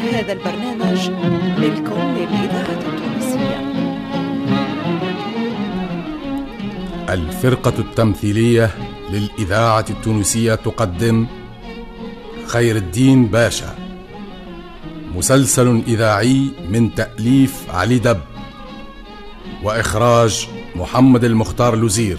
هذا البرنامج ملك للإذاعة التونسية. الفرقة التمثيلية للإذاعة التونسية تقدم خير الدين باشا، مسلسل إذاعي من تأليف علي دب وإخراج محمد المختار لوزير.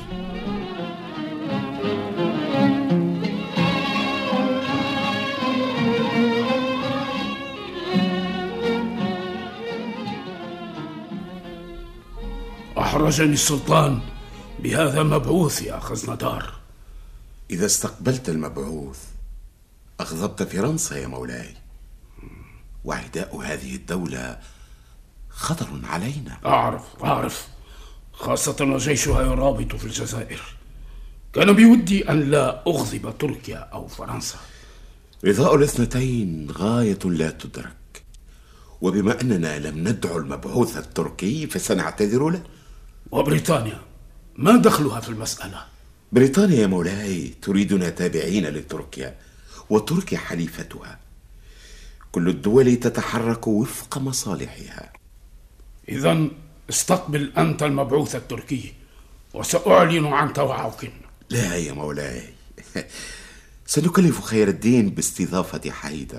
أحرجني السلطان بهذا المبعوث يا خزندار. إذا استقبلت المبعوث أغضبت فرنسا يا مولاي، وعداء هذه الدولة خطر علينا. أعرف، خاصة وجيشها يرابط في الجزائر. كان بودي أن لا أغضب تركيا أو فرنسا. رضاء الاثنتين غاية لا تدرك، وبما أننا لم ندعو المبعوث التركي فسنعتذر له. وبريطانيا ما دخلها في المسألة؟ بريطانيا يا مولاي تريدنا تابعين لتركيا، وتركيا حليفتها. كل الدول تتحرك وفق مصالحها. إذن استقبل أنت المبعوث التركي وسأعلن عن توعك. لا يا مولاي، سنكلف خير الدين باستضافة حيدر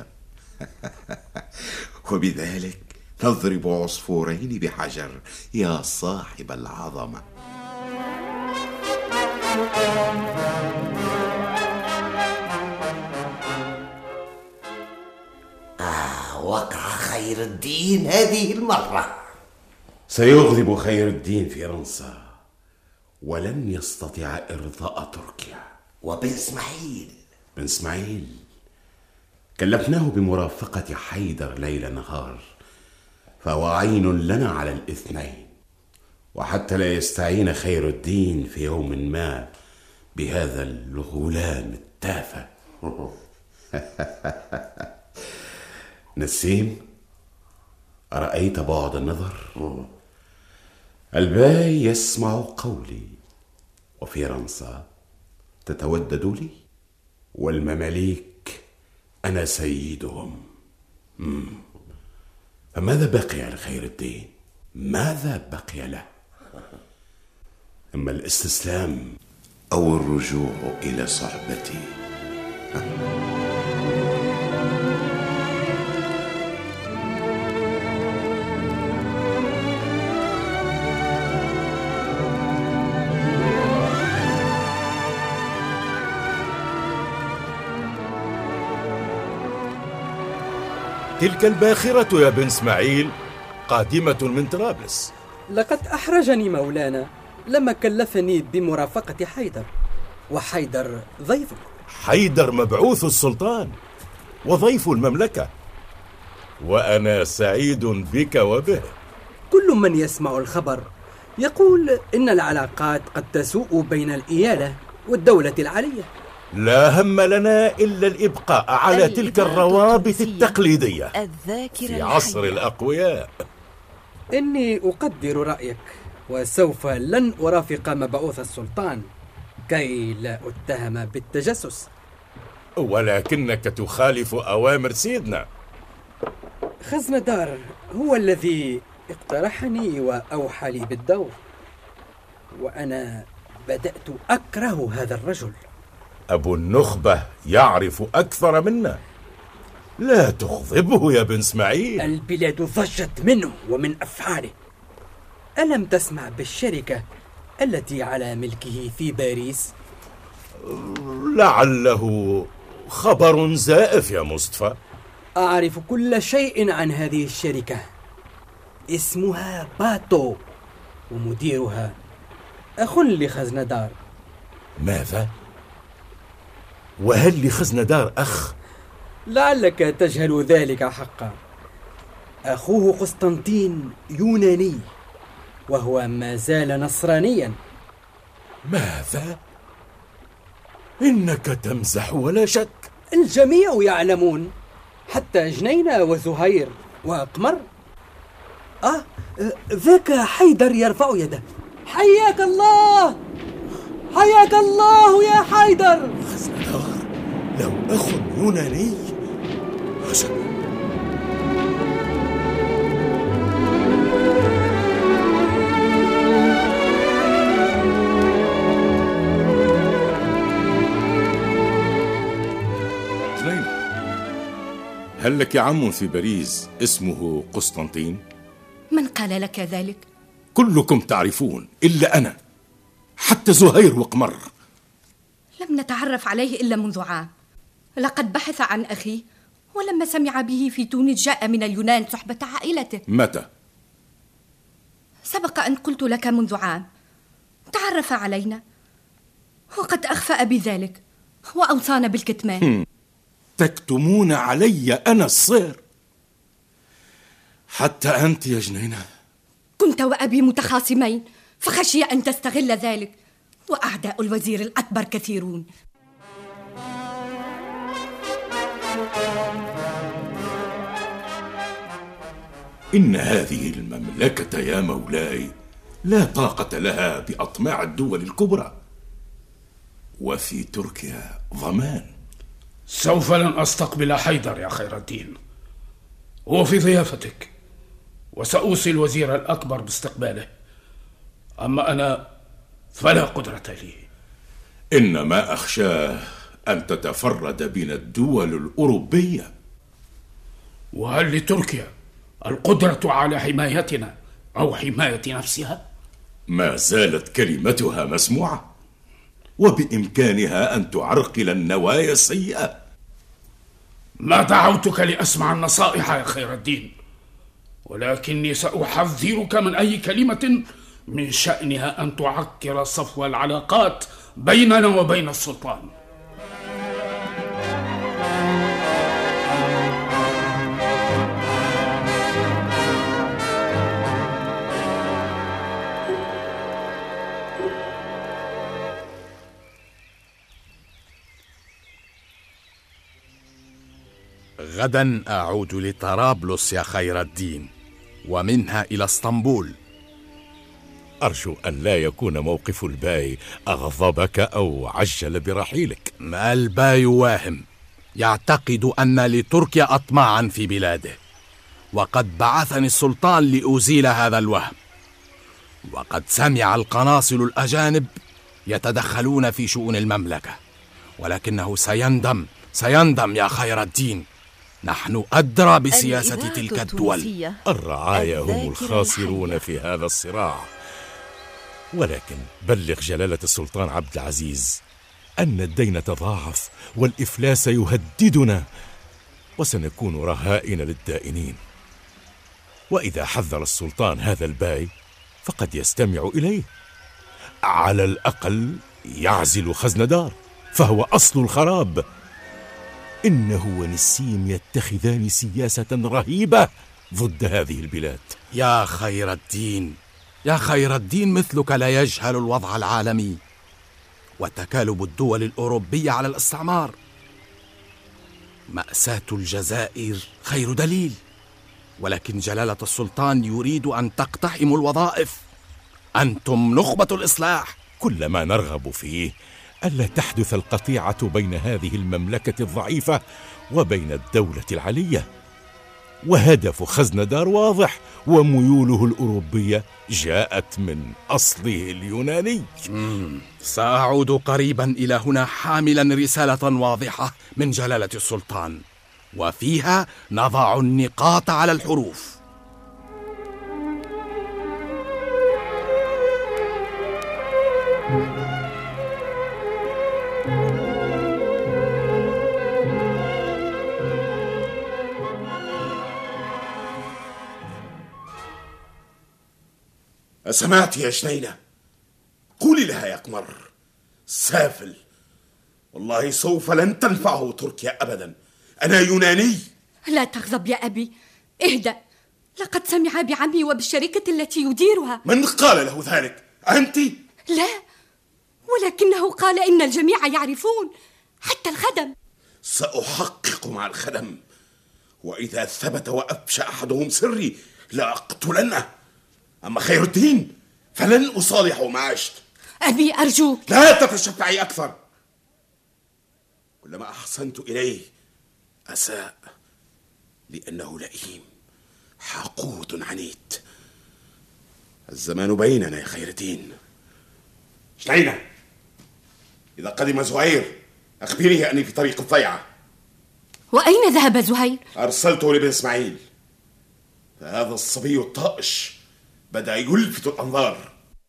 وبذلك نضرب عصفورين بحجر يا صاحب العظمة. وقع خير الدين هذه المرة. سيغضب خير الدين فرنسا ولن يستطيع إرضاء تركيا. وبن إسماعيل كلفناه بمرافقة حيدر ليل نهار، فهو عين لنا على الاثنين، وحتى لا يستعين خير الدين في يوم ما بهذا الغلام التافه. نسيم، أرأيت بعد النظر؟ الباي يسمع قولي، وفرنسا تتودد لي، والمماليك أنا سيدهم. فماذا بقي لخير الدين؟ ماذا بقي له؟ إما الاستسلام أو الرجوع إلى صحبتي. تلك الباخرة يا بن إسماعيل قادمة من طرابلس. لقد أحرجني مولانا لما كلفني بمرافقة حيدر، وحيدر ضيفك. حيدر مبعوث السلطان وضيف المملكة، وأنا سعيد بك وبه. كل من يسمع الخبر يقول إن العلاقات قد تسوء بين الإيالة والدولة العلية. لا هم لنا إلا الإبقاء على تلك الروابط التقليدية في عصر الأقوياء. إني أقدر رأيك، وسوف لن أرافق مبعوث السلطان كي لا أتهم بالتجسس. ولكنك تخالف أوامر سيدنا. خزندار هو الذي اقترحني وأوحى لي بالدور، وأنا بدأت أكره هذا الرجل. أبو النخبة يعرف أكثر منا، لا تغضبه يا بن إسماعيل. البلاد ضجت منه ومن أفعاله. ألم تسمع بالشركة التي على ملكه في باريس؟ لعله خبر زائف يا مصطفى. أعرف كل شيء عن هذه الشركة. اسمها باتو، ومديرها أخ لخزندار. ماذا؟ وهل لخزندار أخ؟ لعلك تجهل ذلك حقا. أخوه قسطنطين يوناني، وهو ما زال نصرانيا. ماذا؟ إنك تمزح ولا شك. الجميع يعلمون، حتى جنينة وزهير وقمر. ذاك حيدر يرفع يده. حياك الله، حياك الله يا حيدر. خزندار له أخ يوناني؟ عجب. هل لك عم في باريس اسمه قسطنطين؟ من قال لك ذلك؟ كلكم تعرفون إلا أنا، حتى زهير وقمر. لم نتعرف عليه إلا منذ عام. لقد بحث عن أخيه، ولما سمع به في تونس جاء من اليونان صحبة عائلته. متى؟ سبق أن قلت لك منذ عام. تعرف علينا وقد أخفأ بذلك وأوصانا بالكتمان. تكتمون علي أنا الصير، حتى أنت يا جنينة. كنت وأبي متخاصمين فخشي أن تستغل ذلك، وأعداء الوزير الأكبر كثيرون. إن هذه المملكة يا مولاي لا طاقة لها بأطماع الدول الكبرى، وفي تركيا ضمان. سوف لن أستقبل حيدر يا خير الدين، هو في ضيافتك، وسأوصي الوزير الأكبر باستقباله. أما أنا فلا قدرة لي. إنما أخشاه أن تتفرد بنا الدول الأوروبية. وهل لتركيا القدرة على حمايتنا أو حماية نفسها؟ ما زالت كلمتها مسموعة، وبإمكانها أن تعرقل النوايا السيئة. ما دعوتك لأسمع النصائح يا خير الدين، ولكني سأحذرك من أي كلمة من شأنها أن تعكر صفو العلاقات بيننا وبين السلطان. غدا أعود لطرابلس يا خير الدين، ومنها إلى اسطنبول. أرجو أن لا يكون موقف الباي أغضبك أو عجل برحيلك. ما الباي واهم، يعتقد أن لتركيا أطماعا في بلاده، وقد بعثني السلطان لأزيل هذا الوهم. وقد سمع القناصل الأجانب يتدخلون في شؤون المملكة، ولكنه سيندم يا خير الدين. نحن أدرى بسياسة تلك الدول. الرعايا هم الخاسرون في هذا الصراع. ولكن بلغ جلالة السلطان عبد العزيز أن الدين تضاعف والإفلاس يهددنا، وسنكون رهائن للدائنين. وإذا حذر السلطان هذا الباي فقد يستمع إليه. على الأقل يعزل خزندار، فهو أصل الخراب. إنه ونسيم يتخذان سياسة رهيبة ضد هذه البلاد. يا خير الدين، مثلك لا يجهل الوضع العالمي وتكالب الدول الأوروبية على الاستعمار. مأساة الجزائر خير دليل، ولكن جلالة السلطان يريد أن تقتحموا الوظائف. أنتم نخبة الإصلاح. كل ما نرغب فيه ألا تحدث القطيعة بين هذه المملكة الضعيفة وبين الدولة العلية. وهدف خزندار واضح، وميوله الأوروبية جاءت من أصله اليوناني. سأعود قريبا إلى هنا حاملا رسالة واضحة من جلالة السلطان، وفيها نضع النقاط على الحروف. سمعت يا جنينة؟ قولي لها يا قمر سافل، والله سوف لن تنفعه تركيا أبدا. أنا يوناني. لا تغضب يا أبي، اهدأ. لقد سمع بعمي وبالشركة التي يديرها. من قال له ذلك؟ أنت؟ لا، ولكنه قال إن الجميع يعرفون، حتى الخدم. سأحقق مع الخدم، وإذا ثبت وأفشى أحدهم سري لأقتلنه. أما خير الدين فلن أصالحه ما عشت. أبي أرجوك لا تتشفعي أكثر. كلما أحسنت إليه أساء، لأنه لئيم حقود عنيد. الزمان بيننا يا خير الدين. جنينة، إذا قدم زهير أخبريه أني في طريق الضيعة. وأين ذهب زهير؟ أرسلته لابن إسماعيل، فهذا الصبي الطائش بدأ يلفت الأنظار.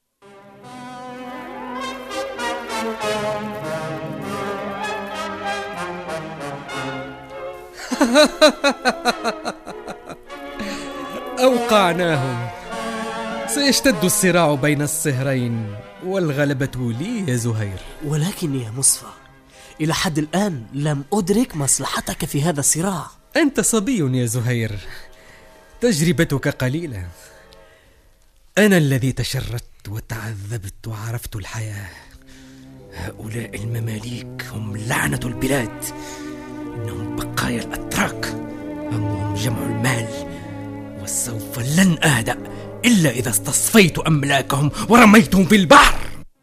أوقعناهم. سيشتد الصراع بين الصهرين والغلبة لي يا زهير. ولكن يا مصفى، إلى حد الآن لم أدرك مصلحتك في هذا الصراع. أنت صبي يا زهير، تجربتك قليلة. أنا الذي تشردت وتعذبت وعرفت الحياة. هؤلاء المماليك هم لعنة البلاد، إنهم بقايا الأتراك، همهم جمع المال، وسوف لن أهدأ إلا إذا استصفيت أملاكهم ورميتهم في البحر.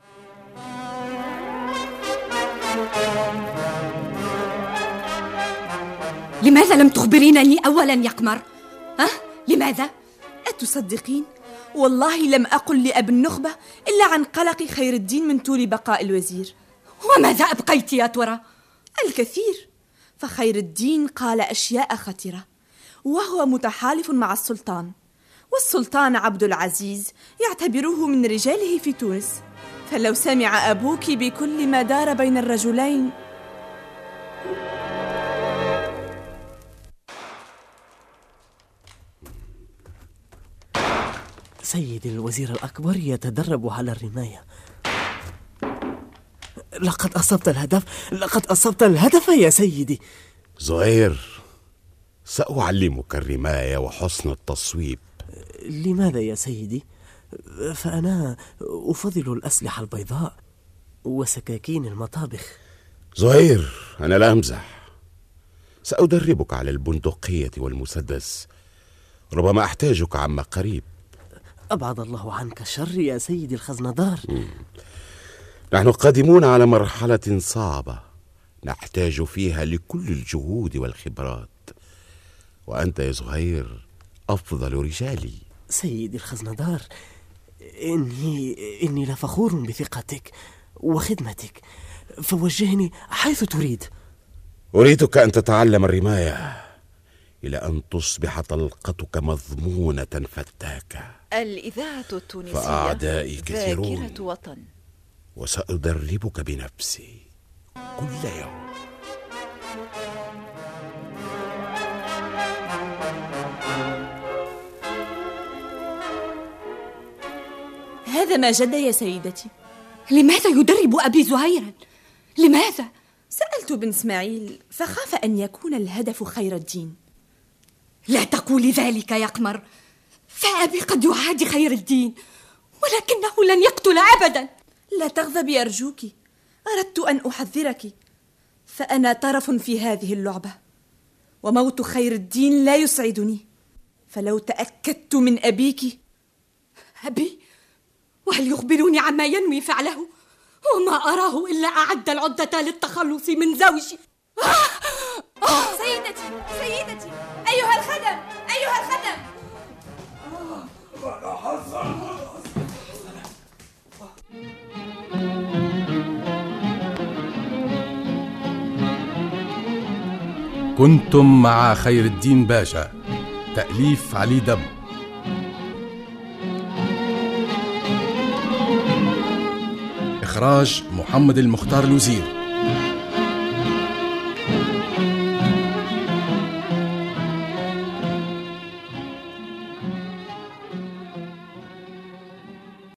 لماذا لم تخبرينني أولا يا قمر؟ لماذا؟ أتصدقين؟ والله لم أقل لأب النخبة إلا عن قلق خير الدين من طول بقاء الوزير. وماذا أبقيت يا ترى؟ الكثير، فخير الدين قال أشياء خطرة، وهو متحالف مع السلطان، والسلطان عبد العزيز يعتبره من رجاله في تونس، فلو سمع أبوك بكل ما دار بين الرجلين. سيدي الوزير الأكبر يتدرب على الرماية. لقد أصبت الهدف يا سيدي. زهير، سأعلمك الرماية وحسن التصويب. لماذا يا سيدي؟ فأنا أفضل الأسلحة البيضاء وسكاكين المطابخ. زهير، أنا لا أمزح. سأدربك على البندقية والمسدس، ربما أحتاجك عما قريب. أبعد الله عنك الشر يا سيدي الخزندار. نحن قادمون على مرحلة صعبة نحتاج فيها لكل الجهود والخبرات، وأنت يا زهير أفضل رجالي. سيدي الخزندار، إني لفخور بثقتك وخدمتك، فوجهني حيث تريد. أريدك أن تتعلم الرماية إلى أن تصبح طلقتك مضمونة فتاكة. الإذاعة التونسية فأعدائي كثيرون، ذاكرة وطن، وسأدربك بنفسي كل يوم. هذا ما جد يا سيدتي. لماذا يدرب أبي زهيرا؟ لماذا؟ سألت بن إسماعيل فخاف أن يكون الهدف خير الدين. لا تقولي ذلك يا قمر، فأبي قد يعادي خير الدين، ولكنه لن يقتل أبدا. لا تغضبي أرجوك، أردت أن أحذرك، فأنا طرف في هذه اللعبة، وموت خير الدين لا يسعدني، فلو تأكدت من أبيك. أبي؟ وهل يخبروني عما ينوي فعله؟ وما أراه إلا أعد العدة للتخلص من زوجي. سيدتي أيها الخدم، أيها الخدم. كنتم مع خير الدين باشا، تأليف علي دم، إخراج محمد المختار الوزير.